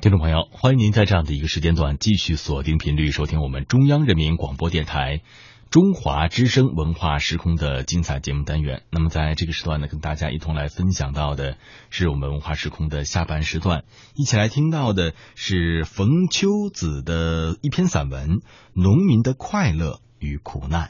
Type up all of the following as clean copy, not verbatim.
听众朋友，欢迎您在这样的一个时间段继续锁定频率收听我们中央人民广播电台中华之声文化时空的精彩节目单元。那么在这个时段呢，跟大家一同来分享到的是我们文化时空的下半时段，一起来听到的是冯秋子的一篇散文《农民的快乐与苦难》。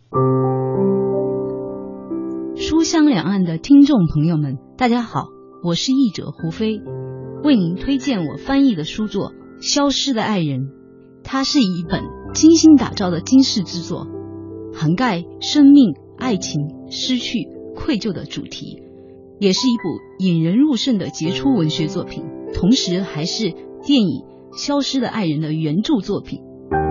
书香两岸的听众朋友们，大家好，我是译者胡飞，为您推荐我翻译的书作《消失的爱人》。它是一本精心打造的惊世之作，涵盖生命、爱情、失去、愧疚的主题，也是一部引人入胜的杰出文学作品，同时还是电影《消失的爱人》的原著作品。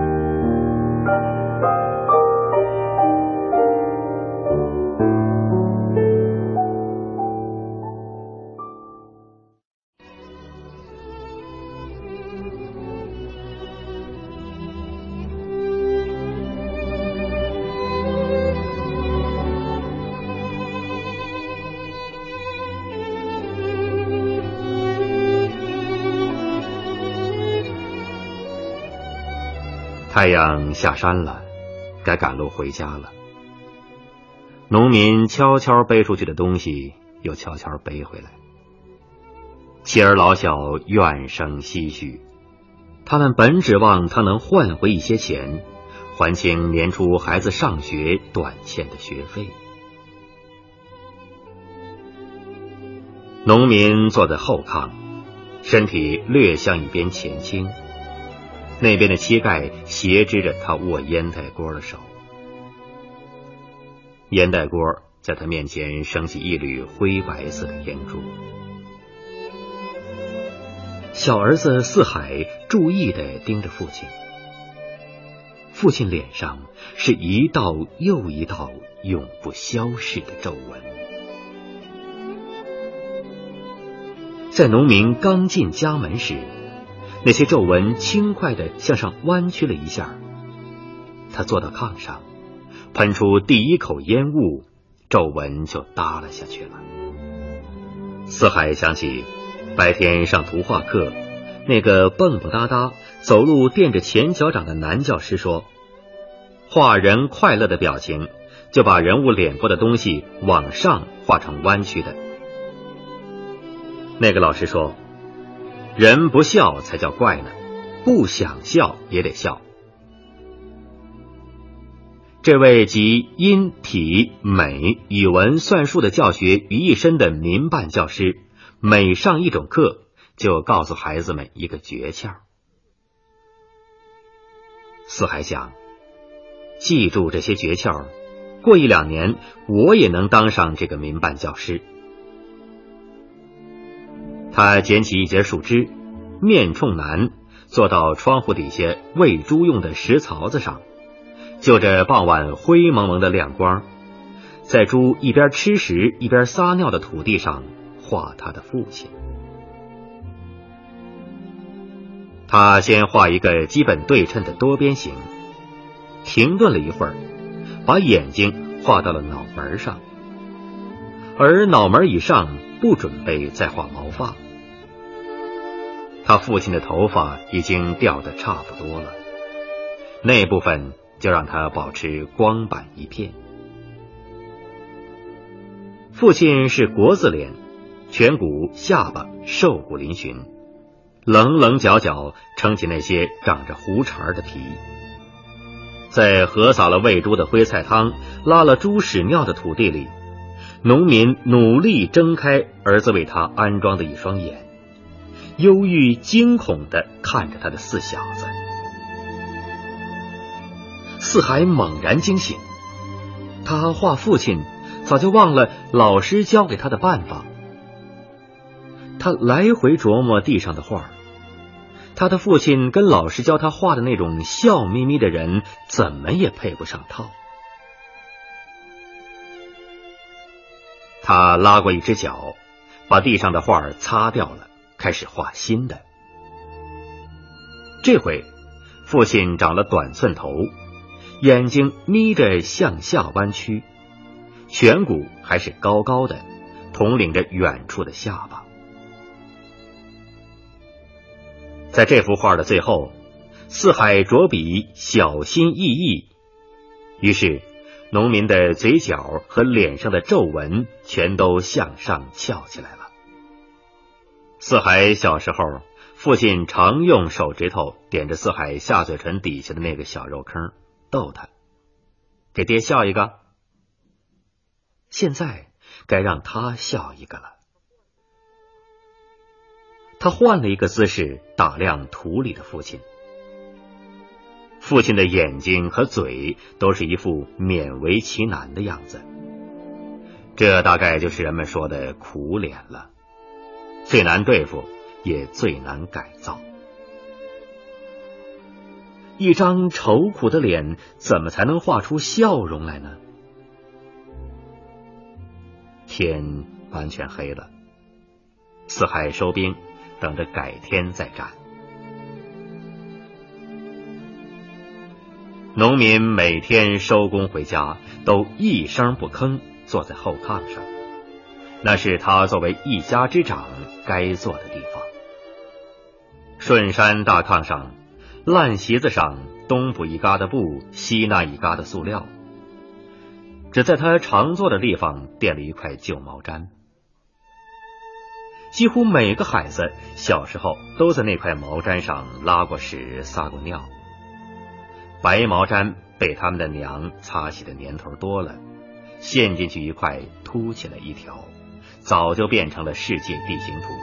太阳下山了，该赶路回家了。农民悄悄背出去的东西又悄悄背回来，妻儿老小怨声唏嘘，他们本指望他能换回一些钱，还清年初孩子上学短欠的学费。农民坐在后炕，身体略向一边前倾，那边的膝盖斜支着他握烟袋锅的手，烟袋锅在他面前升起一缕灰白色的烟柱。小儿子四海注意地盯着父亲，父亲脸上是一道又一道永不消逝的皱纹。在农民刚进家门时，那些皱纹轻快地向上弯曲了一下，他坐到炕上，喷出第一口烟雾，皱纹就耷拉下去了。四海想起白天上图画课，那个蹦蹦哒哒走路垫着前脚掌的男教师说，画人快乐的表情就把人物脸部的东西往上画成弯曲的。那个老师说，人不笑才叫怪呢，不想笑也得笑。这位集音体美语文算术的教学于一身的民办教师，每上一种课就告诉孩子们一个诀窍。四海想，记住这些诀窍，过一两年我也能当上这个民办教师。他捡起一截树枝，面冲南，坐到窗户底下喂猪用的石槽子上，就着傍晚灰蒙蒙的亮光，在猪一边吃食一边撒尿的土地上画他的父亲。他先画一个基本对称的多边形，停顿了一会儿，把眼睛画到了脑门上，而脑门以上不准备再画毛发。他父亲的头发已经掉得差不多了，那部分就让他保持光板一片。父亲是国字脸，颧骨下巴瘦骨嶙峋，棱棱角角撑起那些长着胡茬的皮。在和撒了喂猪的灰菜汤，拉了猪屎尿的土地里，农民努力睁开儿子为他安装的一双眼，忧郁惊恐地看着他的四小子。四海猛然惊醒，他画父亲早就忘了老师教给他的办法。他来回琢磨地上的画，他的父亲跟老师教他画的那种笑眯眯的人怎么也配不上套。他拉过一只脚，把地上的画擦掉了，开始画新的。这回父亲长了短寸头，眼睛眯着向下弯曲，颧骨还是高高的，统领着远处的下巴。 在这幅画的最后，四海着笔小心翼翼，于是农民的嘴角和脸上的皱纹全都向上翘起来了。四海小时候，父亲常用手指头点着四海下嘴唇底下的那个小肉坑，逗他：给爹笑一个。现在该让他笑一个了。他换了一个姿势打量土里的父亲，父亲的眼睛和嘴都是一副勉为其难的样子，这大概就是人们说的苦脸了，最难对付也最难改造。一张愁苦的脸怎么才能画出笑容来呢？天完全黑了，四海收兵，等着改天再战。农民每天收工回家都一声不吭坐在后炕上，那是他作为一家之长该坐的地方。顺山大炕上，烂席子上东补一疙瘩布，西那一疙瘩塑料，只在他常坐的地方垫了一块旧毛毡。几乎每个孩子小时候都在那块毛毡上拉过屎撒过尿，白毛毡被他们的娘擦洗的年头多了，陷进去一块凸起来一条，早就变成了世界地形图。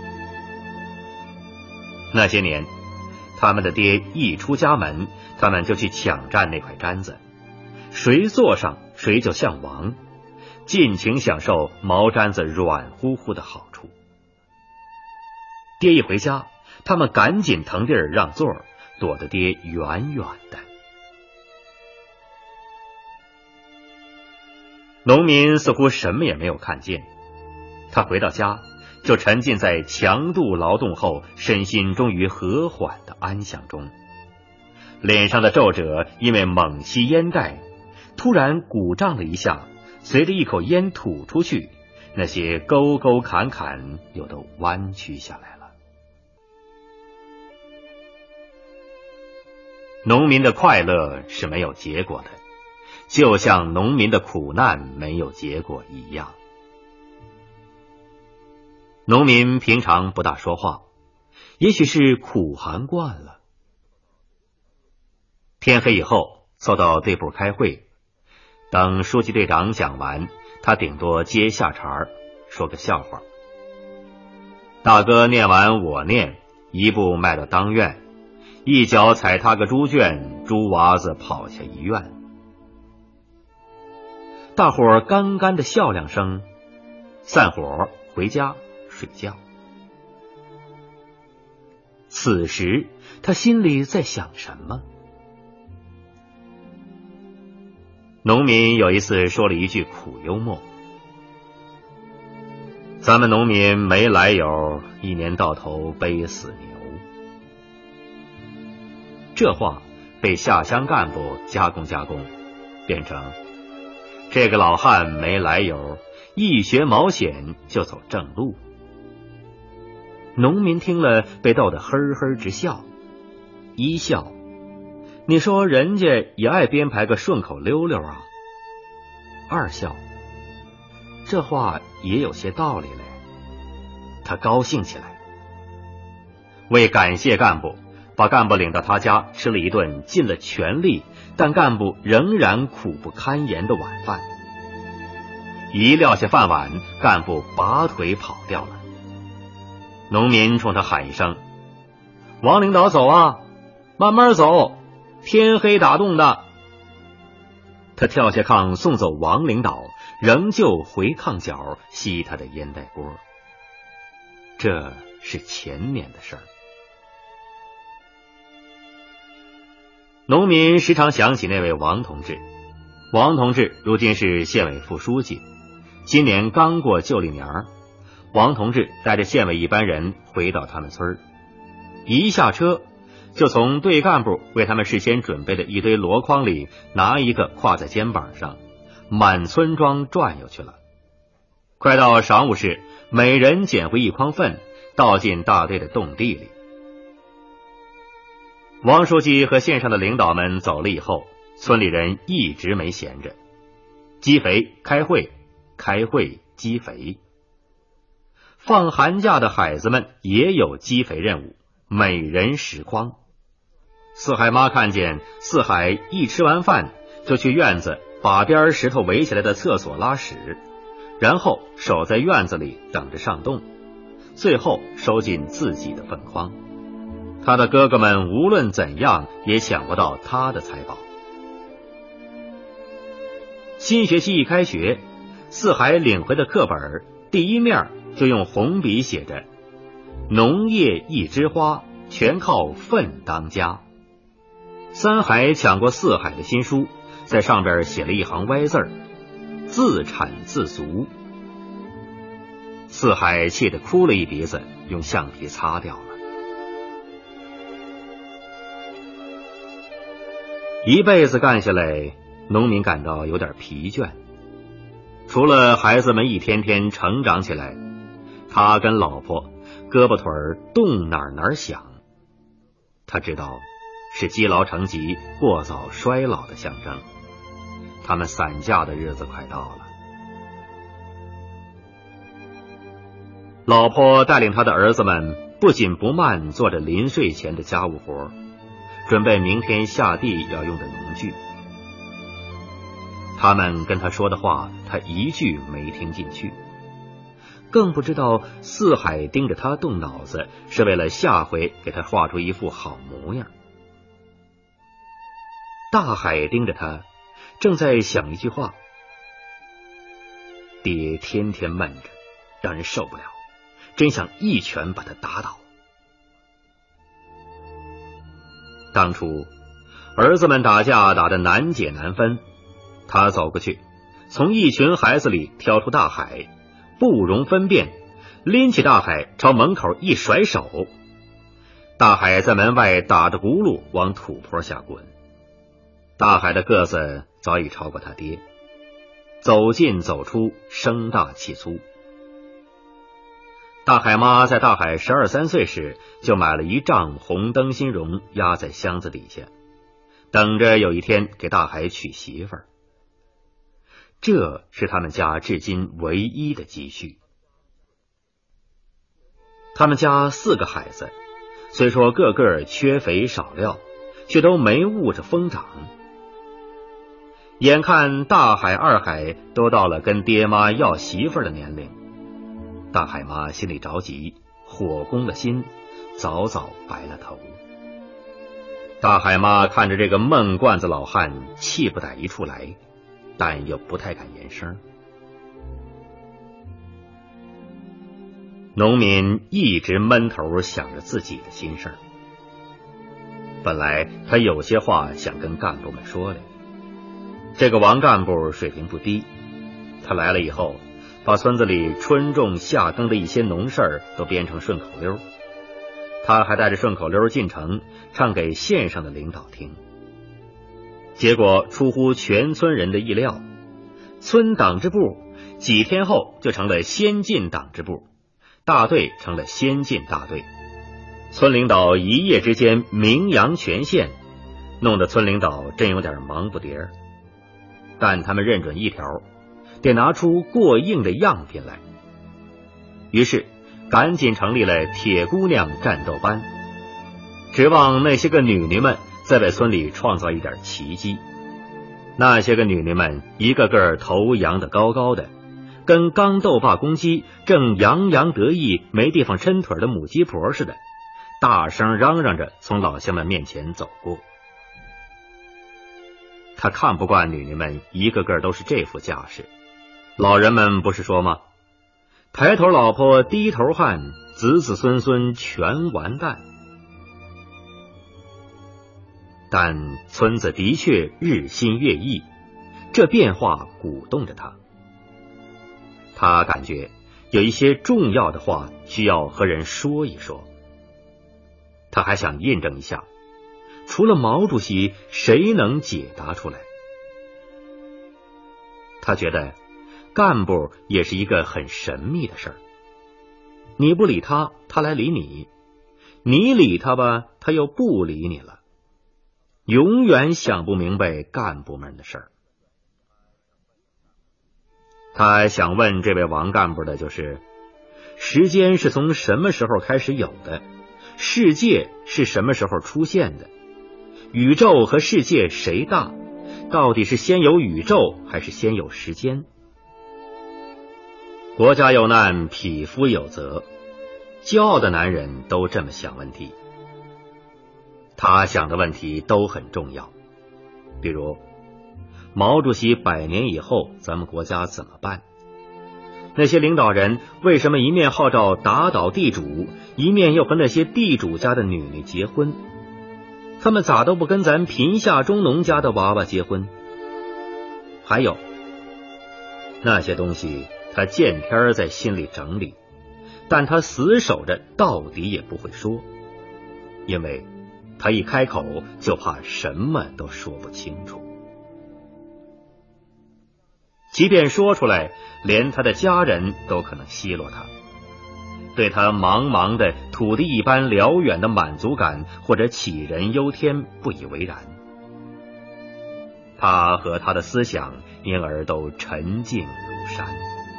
那些年他们的爹一出家门，他们就去抢占那块毡子，谁坐上谁就像王，尽情享受毛毡子软乎乎的好处。爹一回家，他们赶紧腾地儿让座，躲得爹远远的。农民似乎什么也没有看见，他回到家就沉浸在强度劳动后身心终于和缓的安详中，脸上的皱褶因为猛吸烟盖突然鼓胀了一下，随着一口烟吐出去，那些沟沟坎坎又都弯曲下来了。农民的快乐是没有结果的，就像农民的苦难没有结果一样。农民平常不大说话，也许是苦寒惯了。天黑以后凑到队部开会，等书记队长讲完，他顶多接下茬说个笑话。大哥念完我念，一步迈到当院，一脚踩踏个猪圈，猪娃子跑下一院。大伙儿干干的笑两声，散伙回家睡觉。此时他心里在想什么？农民有一次说了一句苦幽默：咱们农民没来由，一年到头背死牛。这话被下乡干部加工，变成这个老汉没来由，一学毛显就走正路。农民听了被逗得呵呵直笑。一笑，你说人家也爱编排个顺口溜溜啊。二笑，这话也有些道理嘞。他高兴起来，为感谢干部，把干部领到他家吃了一顿尽了全力，但干部仍然苦不堪言的晚饭。一撂下饭碗，干部拔腿跑掉了。农民冲他喊一声：王领导走啊，慢慢走，天黑打洞的。他跳下炕送走王领导，仍旧回炕角吸他的烟袋锅。这是前年的事儿。农民时常想起那位王同志。王同志如今是县委副书记，今年刚过旧历年儿。王同志带着县委一班人回到他们村，一下车就从队干部为他们事先准备的一堆箩筐里拿一个挎在肩膀上，满村庄转悠去了。快到晌午时，每人捡回一筐粪，倒进大队的洞地里。 王书记和县上的领导们走了以后，村里人一直没闲着，积肥开会，开会积肥。放寒假的孩子们也有积肥任务，每人10筐。四海妈看见四海一吃完饭就去院子把边石头围起来的厕所拉屎，然后守在院子里等着上洞，最后收进自己的粪筐。他的哥哥们无论怎样也抢不到他的财宝。新学期一开学，四海领回的课本第一面就用红笔写着农业一枝花，全靠粪当家。三海抢过四海的新书，在上边写了一行歪字儿，自产自足。四海气得哭了一鼻子，用橡皮擦掉了。一辈子干下来，农民感到有点疲倦。除了孩子们一天天成长起来，他跟老婆胳膊腿动哪儿响。他知道是积劳成疾、过早衰老的象征。他们散架的日子快到了。老婆带领他的儿子们不紧不慢做着临睡前的家务活，准备明天下地要用的农具。他们跟他说的话，他一句没听进去，更不知道四海盯着他动脑子，是为了下回给他画出一副好模样。大海盯着他，正在想一句话：爹天天闷着，让人受不了，真想一拳把他打倒。当初儿子们打架打得难解难分，他走过去，从一群孩子里挑出大海，不容分辨，拎起大海朝门口一甩手，大海在门外打着轱辘往土坡下滚。大海的个子早已超过他爹，走进走出，声大气粗。大海妈在大海12、13岁时就买了一丈红灯芯绒压在箱子底下，等着有一天给大海娶媳妇儿。这是他们家至今唯一的积蓄。他们家4个孩子，虽说个个缺肥少料，却都没误着疯长。眼看大海二海都到了跟爹妈要媳妇儿的年龄，大海妈心里着急，火攻了心，早早白了头。大海妈看着这个闷罐子老汉，气不打一处来，但又不太敢言声。农民一直闷头想着自己的心事儿。本来他有些话想跟干部们说来，这个王干部水平不低，他来了以后，把村子里春种夏耕的一些农事儿都编成顺口溜，他还带着顺口溜进城唱给县上的领导听。结果出乎全村人的意料，村党支部几天后就成了先进党支部，大队成了先进大队。村领导一夜之间名扬全县，弄得村领导真有点忙不迭。但他们认准一条，得拿出过硬的样品来，于是赶紧成立了铁姑娘战斗班，指望那些个女女们再为村里创造一点奇迹。那些个女女们一个个头扬得高高的，跟刚斗罢公鸡正洋洋得意没地方抻腿的母鸡婆似的，大声嚷嚷着从老乡们面前走过。他看不惯女女们一个个都是这副架势，老人们不是说吗？抬头老婆低头汉，子子孙孙全完蛋。但村子的确日新月异，这变化鼓动着他。他感觉有一些重要的话需要和人说一说。他还想印证一下，除了毛主席，谁能解答出来？他觉得干部也是一个很神秘的事儿。你不理他，他来理你；你理他吧，他又不理你了。 永远想不明白干部们的事儿。他想问这位王干部的就是，时间是从什么时候开始有的？世界是什么时候出现的？宇宙和世界谁大？到底是先有宇宙还是先有时间？国家有难，匹夫有责，骄傲的男人都这么想问题。他想的问题都很重要，比如毛主席100年以后咱们国家怎么办？那些领导人为什么一面号召打倒地主，一面又和那些地主家的女女结婚？他们咋都不跟咱贫下中农家的娃娃结婚？还有那些东西他见天在心里整理，但他死守着到底也不会说，因为他一开口就怕什么都说不清楚。即便说出来，连他的家人都可能奚落他，对他茫茫的土地一般辽远的满足感或者杞人忧天不以为然。他和他的思想因而都沉静如山。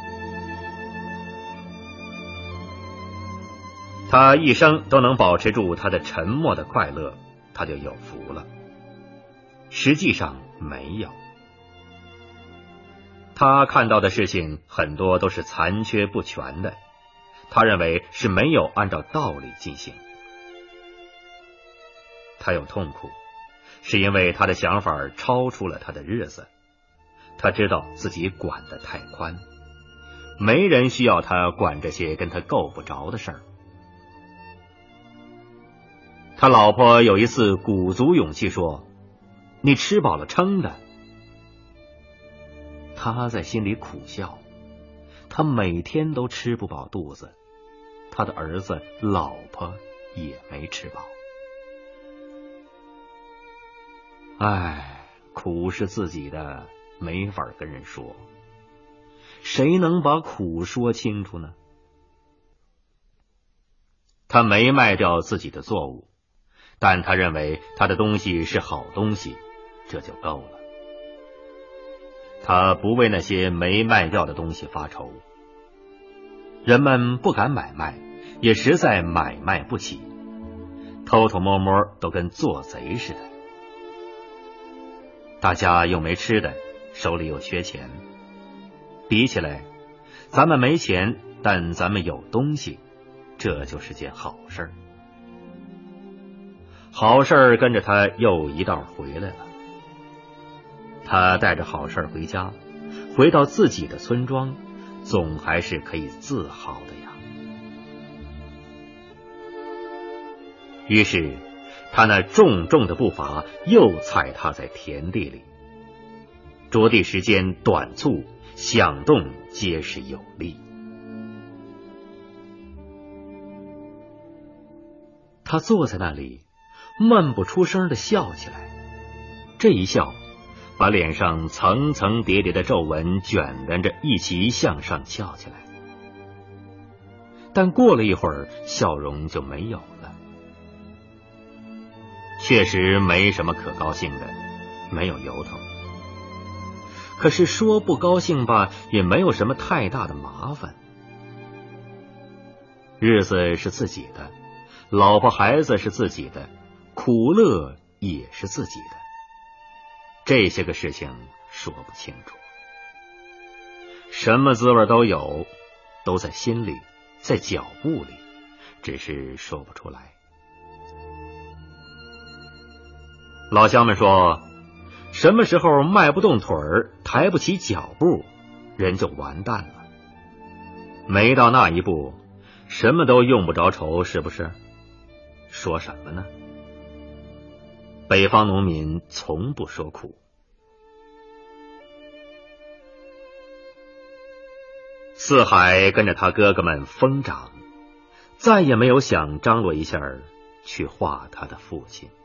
他一生都能保持住他的沉默的快乐，他就有福了。实际上没有。他看到的事情很多都是残缺不全的，他认为是没有按照道理进行。他有痛苦，是因为他的想法超出了他的日子。他知道自己管得太宽，没人需要他管这些跟他够不着的事儿。他老婆有一次鼓足勇气说：“你吃饱了撑的。”他在心里苦笑，他每天都吃不饱肚子，他的儿子老婆也没吃饱。唉，苦是自己的，没法跟人说，谁能把苦说清楚呢？他没卖掉自己的作物，但他认为他的东西是好东西，这就够了。他不为那些没卖掉的东西发愁，人们不敢买卖，也实在买卖不起，偷偷摸摸都跟做贼似的。大家又没吃的，手里又缺钱，比起来，咱们没钱，但咱们有东西，这就是件好事儿。好事儿跟着他又一道回来了。他带着好事回家，回到自己的村庄，总还是可以自豪的呀。于是他那重重的步伐又踩踏在田地里，着地时间短促，响动皆是有力。他坐在那里，闷不出声地笑起来，这一笑把脸上层层叠叠的皱纹卷连着一起向上翘起来，但过了一会儿，笑容就没有了。确实没什么可高兴的，没有由头。可是说不高兴吧，也没有什么太大的麻烦。日子是自己的，老婆孩子是自己的，苦乐也是自己的。这些个事情说不清楚，什么滋味都有，都在心里，在脚步里，只是说不出来。老乡们说，什么时候迈不动腿儿，抬不起脚步，人就完蛋了。没到那一步，什么都用不着愁，是不是？说什么呢？北方农民从不说苦。四海跟着他哥哥们疯长，再也没有想张罗一下去画他的父亲。